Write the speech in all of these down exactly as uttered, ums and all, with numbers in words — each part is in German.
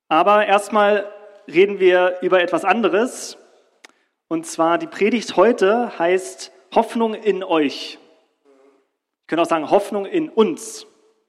Aber erstmal reden wir über etwas anderes. Und zwar die Predigt heute heißt Hoffnung in euch. Ich könnte auch sagen Hoffnung in uns.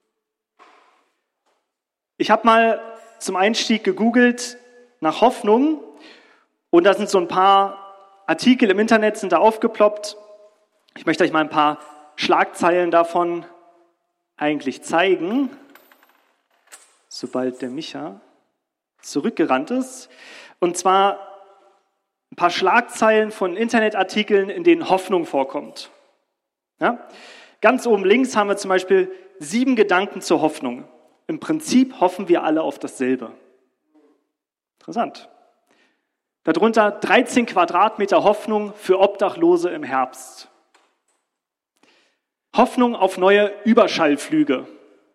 Ich habe mal zum Einstieg gegoogelt nach Hoffnung und da sind so ein paar Artikel im Internet sind da aufgeploppt. Ich möchte euch mal ein paar Schlagzeilen davon eigentlich zeigen, sobald der Micha zurückgerannt ist. Und zwar ein paar Schlagzeilen von Internetartikeln, in denen Hoffnung vorkommt. Ja? Ganz oben links haben wir zum Beispiel sieben Gedanken zur Hoffnung. Im Prinzip hoffen wir alle auf dasselbe. Interessant. Darunter dreizehn Quadratmeter Hoffnung für Obdachlose im Herbst. Hoffnung auf neue Überschallflüge.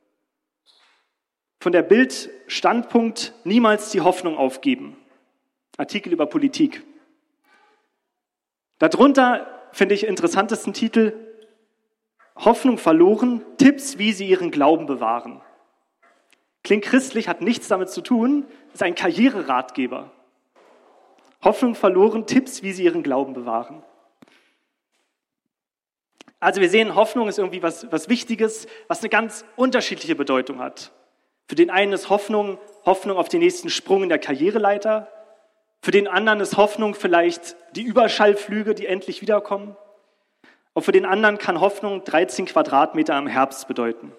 Von der Bild Standpunkt niemals die Hoffnung aufgeben. Artikel über Politik. Darunter finde ich interessantesten Titel Hoffnung verloren, Tipps, wie sie ihren Glauben bewahren. Klingt christlich, hat nichts damit zu tun, ist ein Karriereratgeber. Hoffnung verloren, Tipps, wie sie ihren Glauben bewahren. Also wir sehen, Hoffnung ist irgendwie was, was Wichtiges, was eine ganz unterschiedliche Bedeutung hat. Für den einen ist Hoffnung Hoffnung auf den nächsten Sprung in der Karriereleiter. Für den anderen ist Hoffnung vielleicht die Überschallflüge, die endlich wiederkommen. Und für den anderen kann Hoffnung dreizehn Quadratmeter im Herbst bedeuten.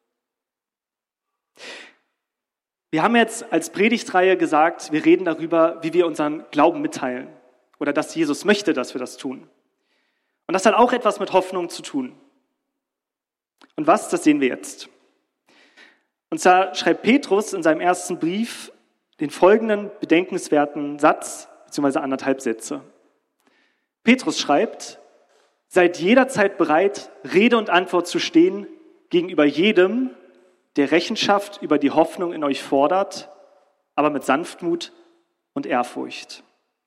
Wir haben jetzt als Predigtreihe gesagt, wir reden darüber, wie wir unseren Glauben mitteilen oder dass Jesus möchte, dass wir das tun. Und das hat auch etwas mit Hoffnung zu tun. Und was, das sehen wir jetzt. Und zwar schreibt Petrus in seinem ersten Brief den folgenden bedenkenswerten Satz, beziehungsweise anderthalb Sätze. Petrus schreibt, seid jederzeit bereit, Rede und Antwort zu stehen gegenüber jedem, der Rechenschaft über die Hoffnung in euch fordert, aber mit Sanftmut und Ehrfurcht.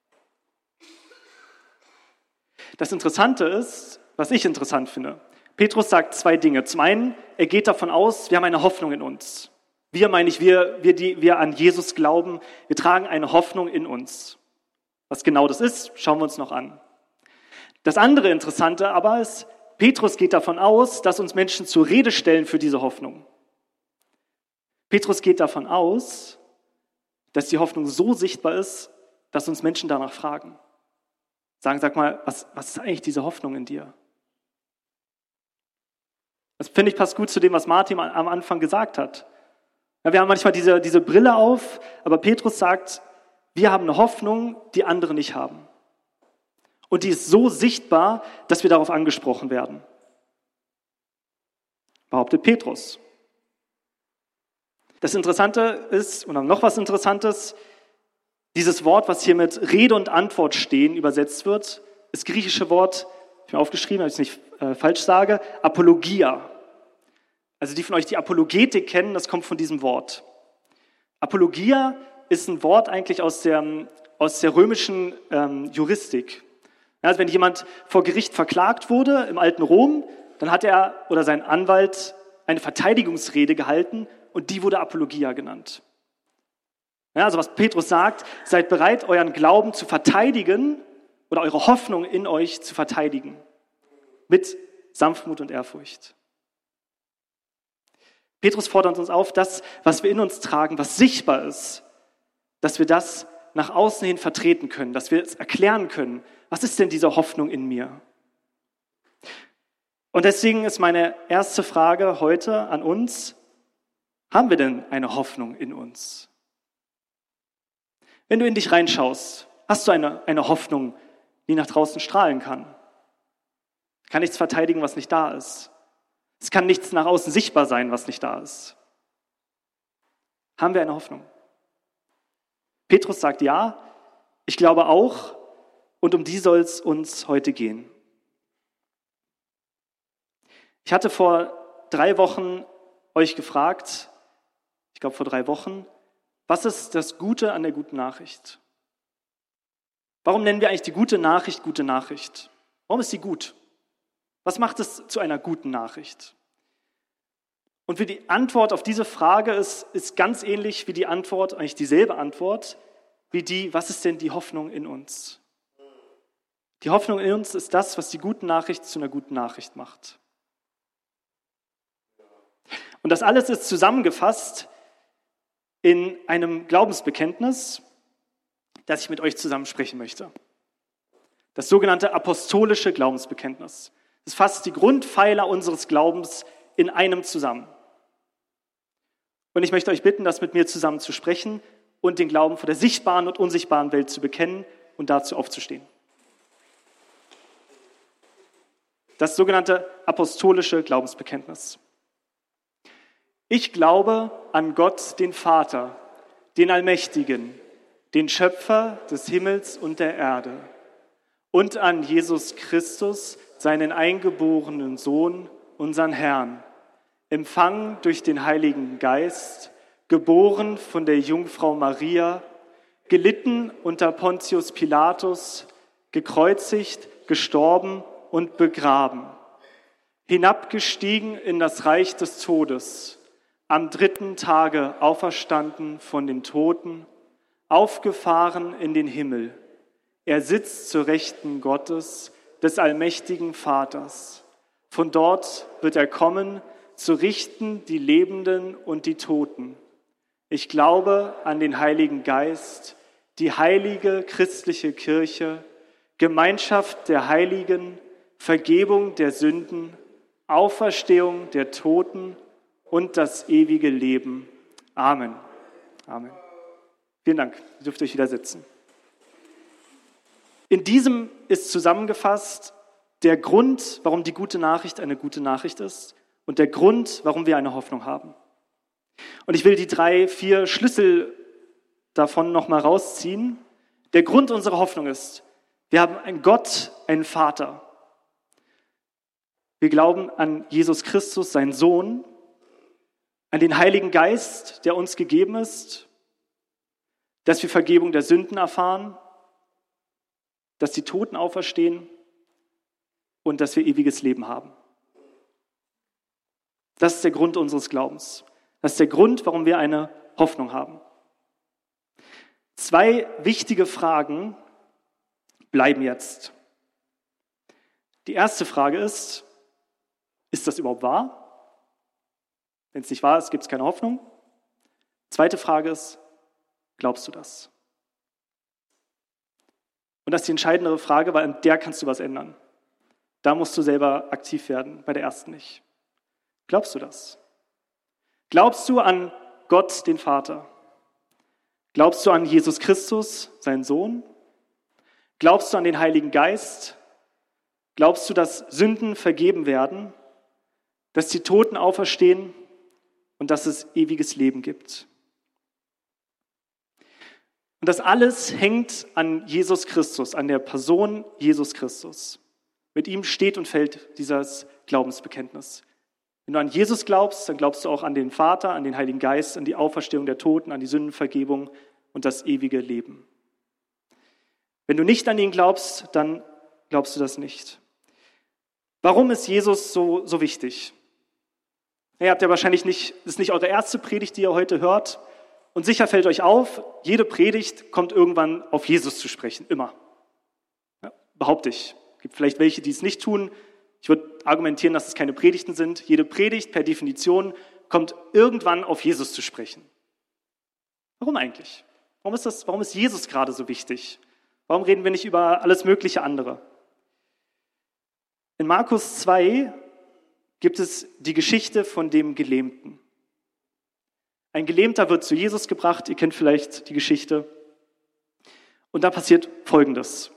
Das Interessante ist, was ich interessant finde, Petrus sagt zwei Dinge. Zum einen, er geht davon aus, wir haben eine Hoffnung in uns. Wir, meine ich, wir, wir, die wir an Jesus glauben, wir tragen eine Hoffnung in uns. Was genau das ist, schauen wir uns noch an. Das andere Interessante aber ist, Petrus geht davon aus, dass uns Menschen zur Rede stellen für diese Hoffnung. Petrus geht davon aus, dass die Hoffnung so sichtbar ist, dass uns Menschen danach fragen. Sagen, sag mal, was, was ist eigentlich diese Hoffnung in dir? Das finde ich passt gut zu dem, was Martin am Anfang gesagt hat. Ja, wir haben manchmal diese, diese Brille auf, aber Petrus sagt, wir haben eine Hoffnung, die andere nicht haben. Und die ist so sichtbar, dass wir darauf angesprochen werden. Behauptet Petrus. Das Interessante ist, und dann noch was Interessantes, dieses Wort, was hier mit Rede und Antwort stehen, übersetzt wird, das griechische Wort, ich habe mir aufgeschrieben, damit ich es nicht äh, falsch sage, Apologia. Also die von euch die Apologetik kennen, das kommt von diesem Wort. Apologia ist ein Wort eigentlich aus der, aus der römischen ähm, Juristik. Ja, also wenn jemand vor Gericht verklagt wurde im alten Rom, dann hat er oder sein Anwalt eine Verteidigungsrede gehalten und die wurde Apologia genannt. Ja, also was Petrus sagt, seid bereit, euren Glauben zu verteidigen oder eure Hoffnung in euch zu verteidigen. Mit Sanftmut und Ehrfurcht. Petrus fordert uns auf, das, was wir in uns tragen, was sichtbar ist, dass wir das nach außen hin vertreten können, dass wir es erklären können. Was ist denn diese Hoffnung in mir? Und deswegen ist meine erste Frage heute an uns, haben wir denn eine Hoffnung in uns? Wenn du in dich reinschaust, hast du eine, eine Hoffnung, die nach draußen strahlen kann. Es kann nichts verteidigen, was nicht da ist. Es kann nichts nach außen sichtbar sein, was nicht da ist. Haben wir eine Hoffnung? Petrus sagt ja, ich glaube auch, und um die soll es uns heute gehen. Ich hatte vor drei Wochen euch gefragt, ich glaube vor drei Wochen, was ist das Gute an der guten Nachricht? Warum nennen wir eigentlich die gute Nachricht gute Nachricht? Warum ist sie gut? Was macht es zu einer guten Nachricht? Und wie die Antwort auf diese Frage ist, ist ganz ähnlich wie die Antwort, eigentlich dieselbe Antwort, wie die, was ist denn die Hoffnung in uns? Die Hoffnung in uns ist das, was die gute Nachricht zu einer guten Nachricht macht. Und das alles ist zusammengefasst in einem Glaubensbekenntnis, das ich mit euch zusammen sprechen möchte. Das sogenannte apostolische Glaubensbekenntnis. Es fasst die Grundpfeiler unseres Glaubens in einem zusammen. Und ich möchte euch bitten, das mit mir zusammen zu sprechen und den Glauben vor der sichtbaren und unsichtbaren Welt zu bekennen und dazu aufzustehen. Das sogenannte apostolische Glaubensbekenntnis. Ich glaube an Gott, den Vater, den Allmächtigen, den Schöpfer des Himmels und der Erde, und an Jesus Christus, seinen eingeborenen Sohn, unseren Herrn, empfangen durch den Heiligen Geist, geboren von der Jungfrau Maria, gelitten unter Pontius Pilatus, gekreuzigt, gestorben und begraben, hinabgestiegen in das Reich des Todes, am dritten Tage auferstanden von den Toten, aufgefahren in den Himmel. Er sitzt zur Rechten Gottes, des allmächtigen Vaters. Von dort wird er kommen, zu richten die Lebenden und die Toten. Ich glaube an den Heiligen Geist, die heilige christliche Kirche, Gemeinschaft der Heiligen, Vergebung der Sünden, Auferstehung der Toten und das ewige Leben. Amen. Amen. Vielen Dank. Ihr dürft euch wieder sitzen. In diesem ist zusammengefasst der Grund, warum die gute Nachricht eine gute Nachricht ist und der Grund, warum wir eine Hoffnung haben. Und ich will die drei, vier Schlüssel davon nochmal rausziehen. Der Grund unserer Hoffnung ist, wir haben einen Gott, einen Vater. Wir glauben an Jesus Christus, seinen Sohn, an den Heiligen Geist, der uns gegeben ist, dass wir Vergebung der Sünden erfahren, dass die Toten auferstehen und dass wir ewiges Leben haben. Das ist der Grund unseres Glaubens. Das ist der Grund, warum wir eine Hoffnung haben. Zwei wichtige Fragen bleiben jetzt. Die erste Frage ist, ist das überhaupt wahr? Wenn es nicht wahr ist, gibt es keine Hoffnung. Zweite Frage ist, glaubst du das? Und das ist die entscheidendere Frage, weil an der kannst du was ändern. Da musst du selber aktiv werden, bei der ersten nicht. Glaubst du das? Glaubst du an Gott, den Vater? Glaubst du an Jesus Christus, seinen Sohn? Glaubst du an den Heiligen Geist? Glaubst du, dass Sünden vergeben werden, dass die Toten auferstehen und dass es ewiges Leben gibt? Und das alles hängt an Jesus Christus, an der Person Jesus Christus. Mit ihm steht und fällt dieses Glaubensbekenntnis. Wenn du an Jesus glaubst, dann glaubst du auch an den Vater, an den Heiligen Geist, an die Auferstehung der Toten, an die Sündenvergebung und das ewige Leben. Wenn du nicht an ihn glaubst, dann glaubst du das nicht. Warum ist Jesus so, so wichtig? Ihr habt ja wahrscheinlich nicht, das ist nicht eure erste Predigt, die ihr heute hört. Und sicher fällt euch auf, jede Predigt kommt irgendwann auf Jesus zu sprechen, immer. Ja, behaupte ich. Es gibt vielleicht welche, die es nicht tun. Ich würde argumentieren, dass es keine Predigten sind. Jede Predigt per Definition kommt irgendwann auf Jesus zu sprechen. Warum eigentlich? Warum ist das, warum ist Jesus gerade so wichtig? Warum reden wir nicht über alles mögliche andere? In Markus zwei gibt es die Geschichte von dem Gelähmten. Ein Gelähmter wird zu Jesus gebracht, ihr kennt vielleicht die Geschichte. Und da passiert Folgendes.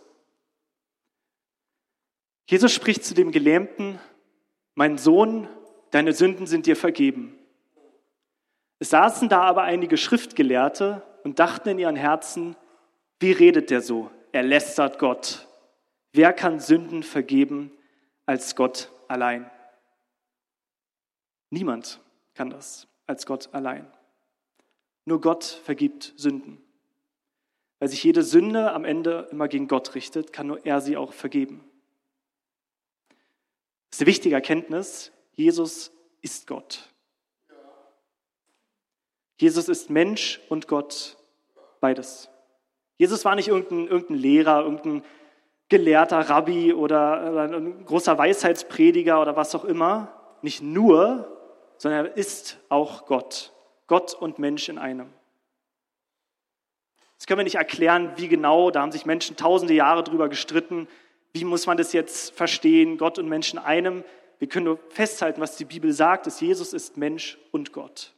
Jesus spricht zu dem Gelähmten, mein Sohn, deine Sünden sind dir vergeben. Es saßen da aber einige Schriftgelehrte und dachten in ihren Herzen, wie redet der so? Er lästert Gott. Wer kann Sünden vergeben als Gott allein? Niemand kann das als Gott allein. Nur Gott vergibt Sünden. Weil sich jede Sünde am Ende immer gegen Gott richtet, kann nur er sie auch vergeben. Das ist eine wichtige Erkenntnis. Jesus ist Gott. Jesus ist Mensch und Gott, beides. Jesus war nicht irgendein, irgendein Lehrer, irgendein gelehrter Rabbi oder, oder ein großer Weisheitsprediger oder was auch immer. Nicht nur, sondern er ist auch Gott. Gott und Mensch in einem. Das können wir nicht erklären, wie genau, da haben sich Menschen tausende Jahre drüber gestritten. Wie muss man das jetzt verstehen, Gott und Mensch in einem? Wir können nur festhalten, was die Bibel sagt, ist, Jesus ist Mensch und Gott.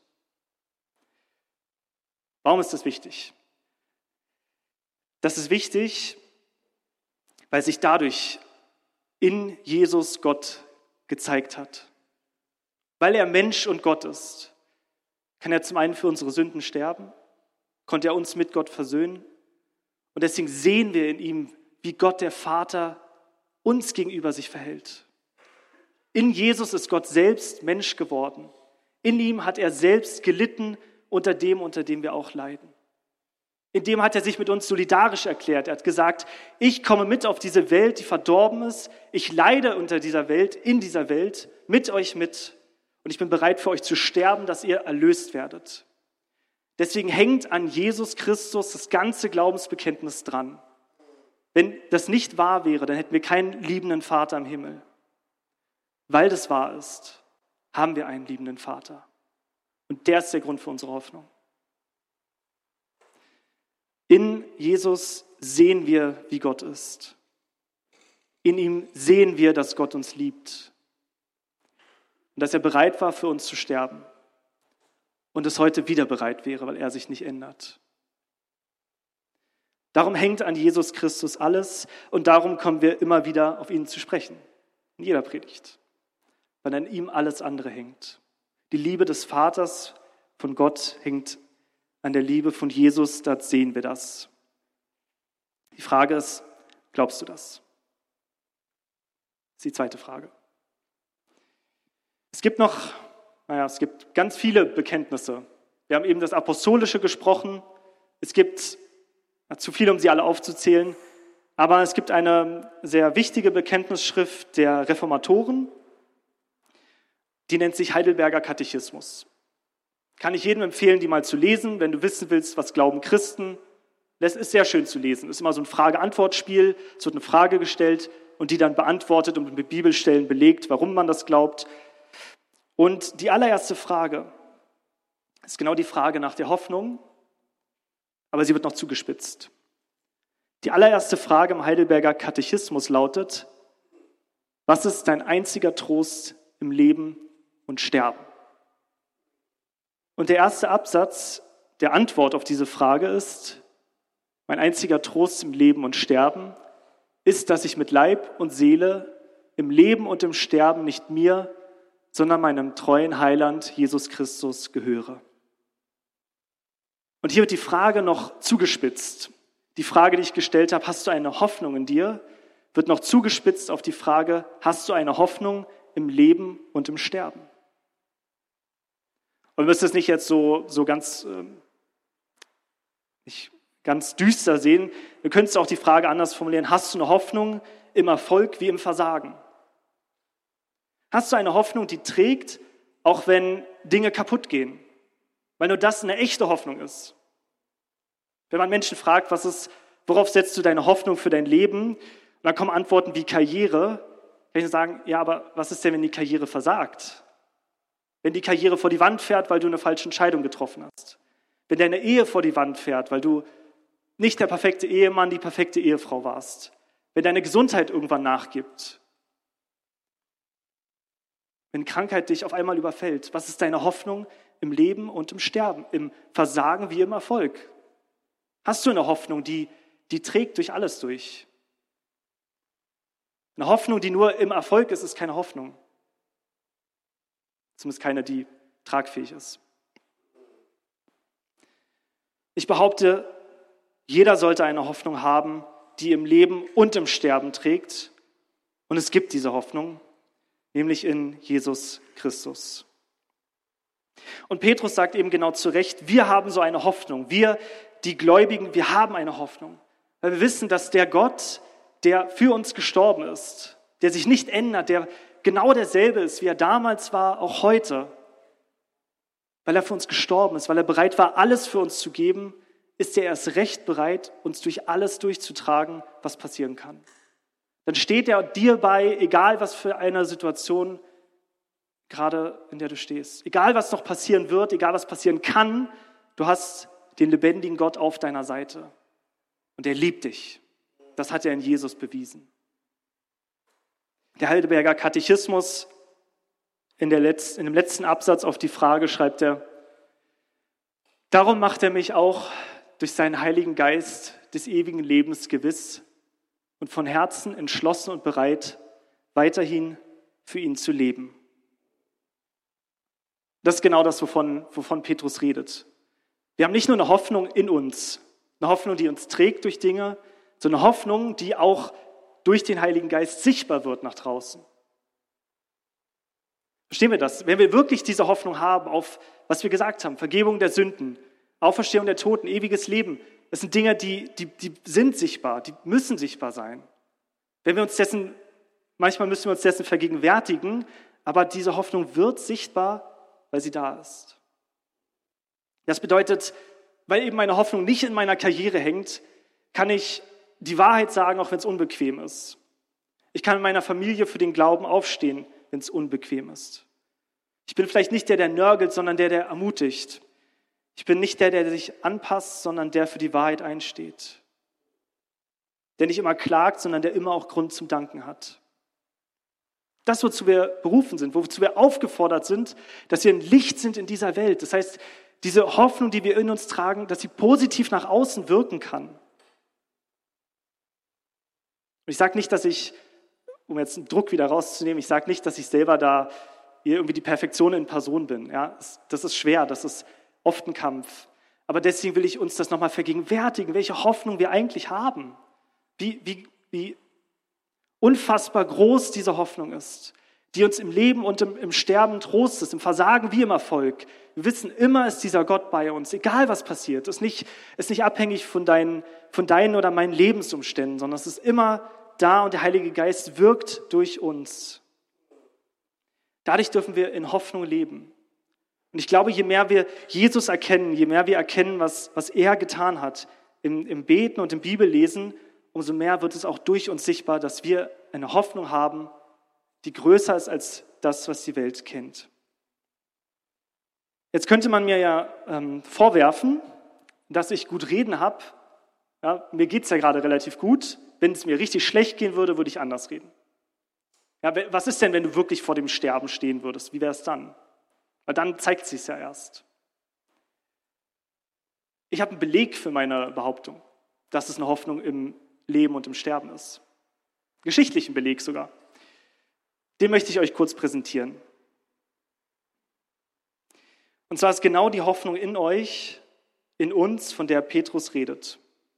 Warum ist das wichtig? Das ist wichtig, weil sich dadurch in Jesus Gott gezeigt hat. Weil er Mensch und Gott ist, kann er zum einen für unsere Sünden sterben, konnte er uns mit Gott versöhnen und deswegen sehen wir in ihm, wie Gott der Vater uns gegenüber sich verhält. In Jesus ist Gott selbst Mensch geworden. In ihm hat er selbst gelitten unter dem, unter dem wir auch leiden. In dem hat er sich mit uns solidarisch erklärt. Er hat gesagt, ich komme mit auf diese Welt, die verdorben ist. Ich leide unter dieser Welt, in dieser Welt, mit euch mit. Und ich bin bereit für euch zu sterben, dass ihr erlöst werdet. Deswegen hängt an Jesus Christus das ganze Glaubensbekenntnis dran. Wenn das nicht wahr wäre, dann hätten wir keinen liebenden Vater im Himmel. Weil das wahr ist, haben wir einen liebenden Vater. Und der ist der Grund für unsere Hoffnung. In Jesus sehen wir, wie Gott ist. In ihm sehen wir, dass Gott uns liebt. Und dass er bereit war, für uns zu sterben. Und es heute wieder bereit wäre, weil er sich nicht ändert. Darum hängt an Jesus Christus alles und darum kommen wir immer wieder auf ihn zu sprechen. In jeder Predigt. Weil an ihm alles andere hängt. Die Liebe des Vaters von Gott hängt an der Liebe von Jesus, da sehen wir das. Die Frage ist, glaubst du das? Das ist die zweite Frage. Es gibt noch, naja, es gibt ganz viele Bekenntnisse. Wir haben eben das Apostolische gesprochen. Es gibt ja, zu viele, um sie alle aufzuzählen. Aber es gibt eine sehr wichtige Bekenntnisschrift der Reformatoren. Die nennt sich Heidelberger Katechismus. Kann ich jedem empfehlen, die mal zu lesen, wenn du wissen willst, was glauben Christen. Das ist sehr schön zu lesen. Es ist immer so ein Frage-Antwort-Spiel. Es wird eine Frage gestellt und die dann beantwortet und mit Bibelstellen belegt, warum man das glaubt. Und die allererste Frage ist genau die Frage nach der Hoffnung, aber sie wird noch zugespitzt. Die allererste Frage im Heidelberger Katechismus lautet, was ist dein einziger Trost im Leben und Sterben? Und der erste Absatz der Antwort auf diese Frage ist, mein einziger Trost im Leben und Sterben ist, dass ich mit Leib und Seele im Leben und im Sterben nicht mir, sondern meinem treuen Heiland Jesus Christus gehöre. Und hier wird die Frage noch zugespitzt. Die Frage, die ich gestellt habe, hast du eine Hoffnung in dir, wird noch zugespitzt auf die Frage, hast du eine Hoffnung im Leben und im Sterben? Und wir müssen es nicht jetzt so, so ganz, äh, nicht ganz düster sehen. Wir können es auch die Frage anders formulieren. Hast du eine Hoffnung im Erfolg wie im Versagen? Hast du eine Hoffnung, die trägt, auch wenn Dinge kaputt gehen? Weil nur das eine echte Hoffnung ist. Wenn man Menschen fragt, was ist, worauf setzt du deine Hoffnung für dein Leben? Und dann kommen Antworten wie Karriere. Kann ich sagen, ja, aber was ist denn, wenn die Karriere versagt? Wenn die Karriere vor die Wand fährt, weil du eine falsche Entscheidung getroffen hast. Wenn deine Ehe vor die Wand fährt, weil du nicht der perfekte Ehemann, die perfekte Ehefrau warst. Wenn deine Gesundheit irgendwann nachgibt. Wenn Krankheit dich auf einmal überfällt. Was ist deine Hoffnung im Leben und im Sterben? Im Versagen wie im Erfolg? Hast du eine Hoffnung, die, die trägt durch alles durch? Eine Hoffnung, die nur im Erfolg ist, ist keine Hoffnung. Zumindest keine, die tragfähig ist. Ich behaupte, jeder sollte eine Hoffnung haben, die im Leben und im Sterben trägt. Und es gibt diese Hoffnung, nämlich in Jesus Christus. Und Petrus sagt eben genau zu Recht, wir haben so eine Hoffnung. Wir, die Gläubigen, wir haben eine Hoffnung. Weil wir wissen, dass der Gott, der für uns gestorben ist, der sich nicht ändert, der genau derselbe ist, wie er damals war, auch heute, weil er für uns gestorben ist, weil er bereit war, alles für uns zu geben, ist er erst recht bereit, uns durch alles durchzutragen, was passieren kann. Dann steht er dir bei, egal was für eine Situation gerade in der du stehst. Egal was noch passieren wird, egal was passieren kann, du hast den lebendigen Gott auf deiner Seite. Und er liebt dich. Das hat er in Jesus bewiesen. Der Heidelberger Katechismus in, der Letz-, in dem letzten Absatz auf die Frage schreibt er: Darum macht er mich auch durch seinen Heiligen Geist des ewigen Lebens gewiss und von Herzen entschlossen und bereit, weiterhin für ihn zu leben. Das ist genau das, wovon, wovon Petrus redet. Wir haben nicht nur eine Hoffnung in uns, eine Hoffnung, die uns trägt durch Dinge, sondern eine Hoffnung, die auch durch den Heiligen Geist sichtbar wird nach draußen. Verstehen wir das? Wenn wir wirklich diese Hoffnung haben auf, was wir gesagt haben, Vergebung der Sünden, Auferstehung der Toten, ewiges Leben, das sind Dinge, die, die, die sind sichtbar, die müssen sichtbar sein. Wenn wir uns dessen, manchmal müssen wir uns dessen vergegenwärtigen, aber diese Hoffnung wird sichtbar, weil sie da ist. Das bedeutet, weil eben meine Hoffnung nicht in meiner Karriere hängt, kann ich die Wahrheit sagen, auch wenn es unbequem ist. Ich kann in meiner Familie für den Glauben aufstehen, wenn es unbequem ist. Ich bin vielleicht nicht der, der nörgelt, sondern der, der ermutigt. Ich bin nicht der, der sich anpasst, sondern der für die Wahrheit einsteht. Der nicht immer klagt, sondern der immer auch Grund zum Danken hat. Das, wozu wir berufen sind, wozu wir aufgefordert sind, dass wir ein Licht sind in dieser Welt. Das heißt, diese Hoffnung, die wir in uns tragen, dass sie positiv nach außen wirken kann. Und ich sage nicht, dass ich, um jetzt einen Druck wieder rauszunehmen, ich sage nicht, dass ich selber da hier irgendwie die Perfektion in Person bin. Ja, das ist schwer, das ist oft ein Kampf. Aber deswegen will ich uns das nochmal vergegenwärtigen, welche Hoffnung wir eigentlich haben. Wie, wie, wie unfassbar groß diese Hoffnung ist, die uns im Leben und im, im Sterben trostet, im Versagen wie im Erfolg. Wir wissen, immer ist dieser Gott bei uns, egal was passiert. Es ist nicht, ist nicht abhängig von deinen, von deinen oder meinen Lebensumständen, sondern es ist immer da und der Heilige Geist wirkt durch uns. Dadurch dürfen wir in Hoffnung leben. Und ich glaube, je mehr wir Jesus erkennen, je mehr wir erkennen, was, was er getan hat, im, im Beten und im Bibellesen, umso mehr wird es auch durch uns sichtbar, dass wir eine Hoffnung haben, die größer ist als das, was die Welt kennt. Jetzt könnte man mir ja ähm, vorwerfen, dass ich gut reden habe. Ja, mir geht es ja gerade relativ gut. Wenn es mir richtig schlecht gehen würde, würde ich anders reden. Ja, was ist denn, wenn du wirklich vor dem Sterben stehen würdest? Wie wäre es dann? Weil dann zeigt es sich ja erst. Ich habe einen Beleg für meine Behauptung, dass es eine Hoffnung im Leben und im Sterben ist. Geschichtlichen Beleg sogar. Den möchte ich euch kurz präsentieren. Und zwar ist genau die Hoffnung in euch, in uns, von der Petrus redet.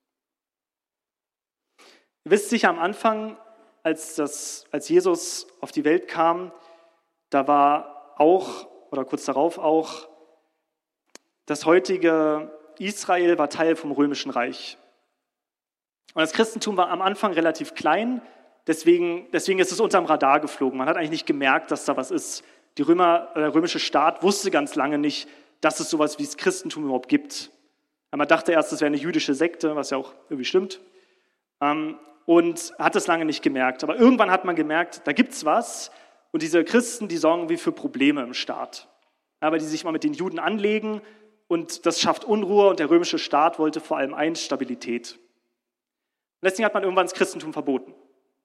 Ihr wisst sicher, am Anfang, als, das, als Jesus auf die Welt kam, da war auch, oder kurz darauf auch, das heutige Israel war Teil vom Römischen Reich. Und das Christentum war am Anfang relativ klein, deswegen, deswegen ist es unterm Radar geflogen. Man hat eigentlich nicht gemerkt, dass da was ist. Die Römer, der römische Staat wusste ganz lange nicht, dass es sowas wie das Christentum überhaupt gibt. Man dachte erst, es wäre eine jüdische Sekte, was ja auch irgendwie stimmt, und hat es lange nicht gemerkt. Aber irgendwann hat man gemerkt, da gibt es was, und diese Christen, die sorgen wie für Probleme im Staat. Aber die sich mal mit den Juden anlegen, und das schafft Unruhe, und der römische Staat wollte vor allem eins, Stabilität. Deswegen hat man irgendwann das Christentum verboten.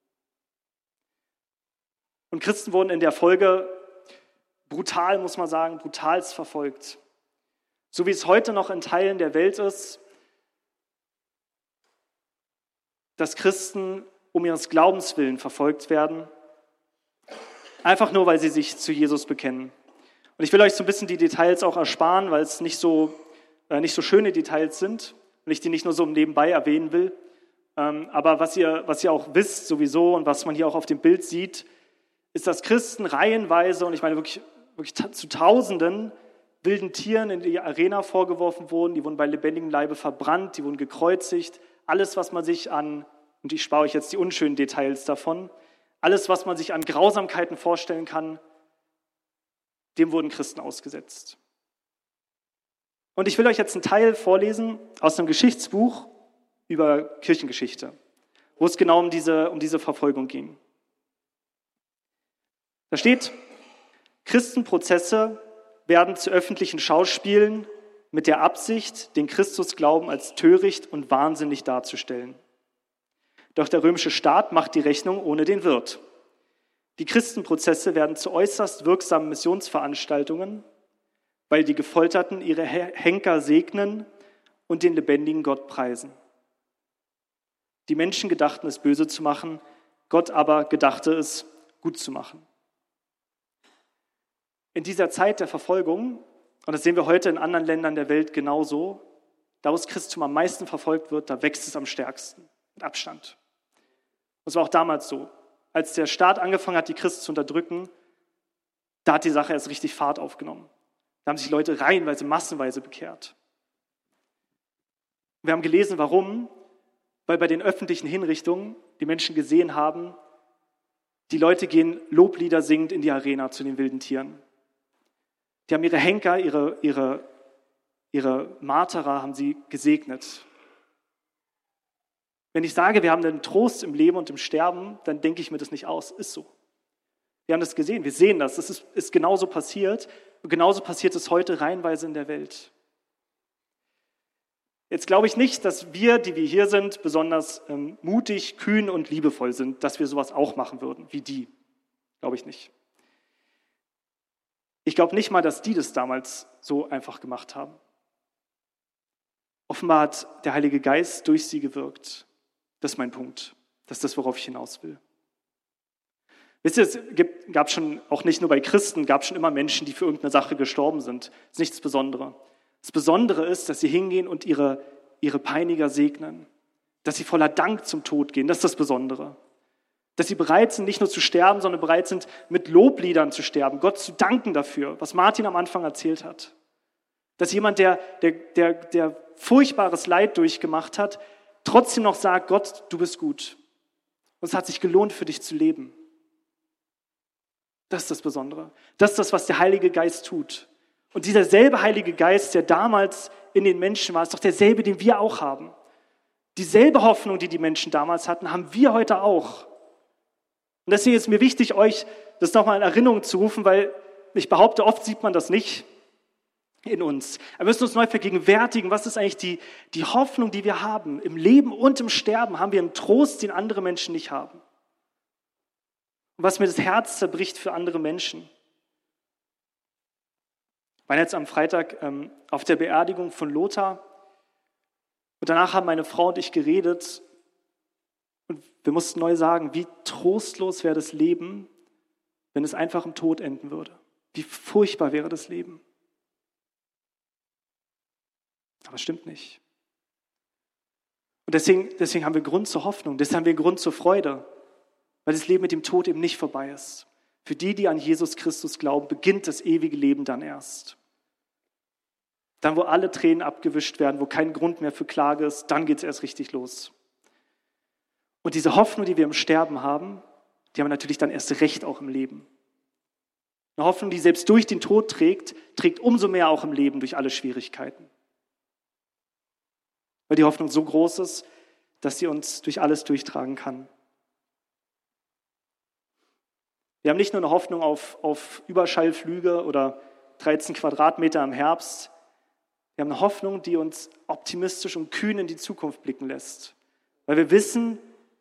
Und Christen wurden in der Folge brutal, muss man sagen, brutalst verfolgt. So wie es heute noch in Teilen der Welt ist, dass Christen um ihres Glaubens willen verfolgt werden, einfach nur, weil sie sich zu Jesus bekennen. Und ich will euch so ein bisschen die Details auch ersparen, weil es nicht so, äh, nicht so schöne Details sind und ich die nicht nur so nebenbei erwähnen will. Ähm, aber was ihr, was ihr auch wisst sowieso und was man hier auch auf dem Bild sieht, ist, dass Christen reihenweise, und ich meine wirklich, wirklich ta- zu Tausenden, wilden Tieren in die Arena vorgeworfen wurden, die wurden bei lebendigem Leibe verbrannt, die wurden gekreuzigt. Alles, was man sich an, und ich spare euch jetzt die unschönen Details davon, alles, was man sich an Grausamkeiten vorstellen kann, dem wurden Christen ausgesetzt. Und ich will euch jetzt einen Teil vorlesen aus einem Geschichtsbuch über Kirchengeschichte, wo es genau um diese, um diese Verfolgung ging. Da steht, Christenprozesse werden zu öffentlichen Schauspielen mit der Absicht, den Christusglauben als töricht und wahnsinnig darzustellen. Doch der römische Staat macht die Rechnung ohne den Wirt. Die Christenprozesse werden zu äußerst wirksamen Missionsveranstaltungen, weil die Gefolterten ihre Henker segnen und den lebendigen Gott preisen. Die Menschen gedachten es böse zu machen, Gott aber gedachte es gut zu machen. In dieser Zeit der Verfolgung, und das sehen wir heute in anderen Ländern der Welt genauso, da wo das Christentum am meisten verfolgt wird, da wächst es am stärksten, mit Abstand. Das war auch damals so. Als der Staat angefangen hat, die Christen zu unterdrücken, da hat die Sache erst richtig Fahrt aufgenommen. Da haben sich Leute reihenweise, massenweise bekehrt. Wir haben gelesen, warum? Weil bei den öffentlichen Hinrichtungen die Menschen gesehen haben, die Leute gehen Loblieder singend in die Arena zu den wilden Tieren. Die haben ihre Henker, ihre, ihre, ihre Marterer haben sie gesegnet. Wenn ich sage, wir haben einen Trost im Leben und im Sterben, dann denke ich mir das nicht aus. Ist so. Wir haben das gesehen, wir sehen das. Das ist, ist genauso passiert. Und genauso passiert es heute reihenweise in der Welt. Jetzt glaube ich nicht, dass wir, die wir hier sind, besonders ähm, mutig, kühn und liebevoll sind, dass wir sowas auch machen würden, wie die. Glaube ich nicht. Ich glaube nicht mal, dass die das damals so einfach gemacht haben. Offenbar hat der Heilige Geist durch sie gewirkt. Das ist mein Punkt. Das ist das, worauf ich hinaus will. Wisst ihr, es gibt, gab schon, auch nicht nur bei Christen, gab schon immer Menschen, die für irgendeine Sache gestorben sind. Das ist nichts Besonderes. Das Besondere ist, dass sie hingehen und ihre, ihre Peiniger segnen. Dass sie voller Dank zum Tod gehen. Das ist das Besondere. Dass sie bereit sind, nicht nur zu sterben, sondern bereit sind, mit Lobliedern zu sterben. Gott zu danken dafür, was Martin am Anfang erzählt hat. Dass jemand, der, der, der, der furchtbares Leid durchgemacht hat, trotzdem noch sagt, Gott, du bist gut. Und es hat sich gelohnt, für dich zu leben. Das ist das Besondere. Das ist das, was der Heilige Geist tut. Und dieser selbe Heilige Geist, der damals in den Menschen war, ist doch derselbe, den wir auch haben. Dieselbe Hoffnung, die die Menschen damals hatten, haben wir heute auch. Und deswegen ist mir wichtig, euch das nochmal in Erinnerung zu rufen, weil ich behaupte, oft sieht man das nicht in uns. Wir müssen uns neu vergegenwärtigen, was ist eigentlich die, die Hoffnung, die wir haben. Im Leben und im Sterben haben wir einen Trost, den andere Menschen nicht haben. Und was mir das Herz zerbricht für andere Menschen. Ich war jetzt am Freitag ähm, auf der Beerdigung von Lothar und danach haben meine Frau und ich geredet und wir mussten neu sagen, wie trostlos wäre das Leben, wenn es einfach im Tod enden würde. Wie furchtbar wäre das Leben. Aber es stimmt nicht. Und deswegen, deswegen haben wir Grund zur Hoffnung, deswegen haben wir Grund zur Freude, weil das Leben mit dem Tod eben nicht vorbei ist. Für die, die an Jesus Christus glauben, beginnt das ewige Leben dann erst. Dann, wo alle Tränen abgewischt werden, wo kein Grund mehr für Klage ist, dann geht es erst richtig los. Und diese Hoffnung, die wir im Sterben haben, die haben wir natürlich dann erst recht auch im Leben. Eine Hoffnung, die selbst durch den Tod trägt, trägt umso mehr auch im Leben durch alle Schwierigkeiten. Weil die Hoffnung so groß ist, dass sie uns durch alles durchtragen kann. Wir haben nicht nur eine Hoffnung auf, auf Überschallflüge oder dreizehn Quadratmeter im Herbst. Wir haben eine Hoffnung, die uns optimistisch und kühn in die Zukunft blicken lässt. Weil wir wissen,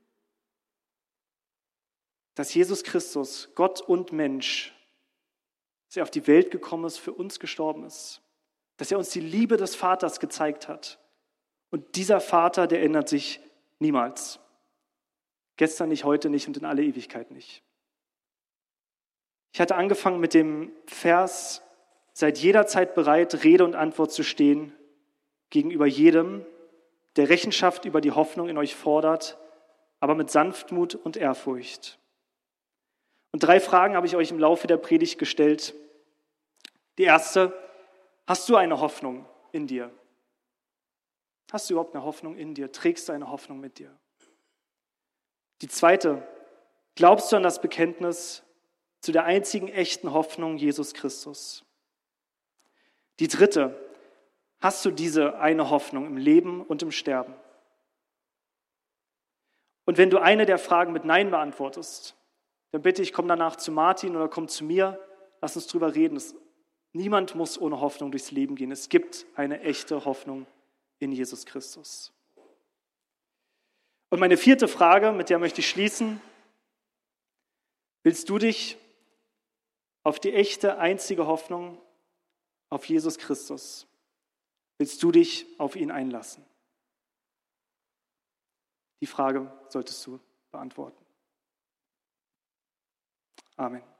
dass Jesus Christus, Gott und Mensch, dass er auf die Welt gekommen ist, für uns gestorben ist. Dass er uns die Liebe des Vaters gezeigt hat. Und dieser Vater, der ändert sich niemals. Gestern nicht, heute nicht und in alle Ewigkeit nicht. Ich hatte angefangen mit dem Vers, seid jederzeit bereit, Rede und Antwort zu stehen gegenüber jedem, der Rechenschaft über die Hoffnung in euch fordert, aber mit Sanftmut und Ehrfurcht. Und drei Fragen habe ich euch im Laufe der Predigt gestellt. Die erste, hast du eine Hoffnung in dir? Hast du überhaupt eine Hoffnung in dir? Trägst du eine Hoffnung mit dir? Die zweite, glaubst du an das Bekenntnis zu der einzigen echten Hoffnung, Jesus Christus? Die dritte, Hast du diese eine Hoffnung im Leben und im Sterben? Und wenn du eine der Fragen mit Nein beantwortest, dann bitte ich, komm danach zu Martin oder komm zu mir, lass uns drüber reden. Es, niemand muss ohne Hoffnung durchs Leben gehen. Es gibt eine echte Hoffnung in Jesus Christus. Und meine vierte Frage, mit der möchte ich schließen. Willst du dich auf die echte, einzige Hoffnung, auf Jesus Christus, willst du dich auf ihn einlassen? Die Frage solltest du beantworten. Amen.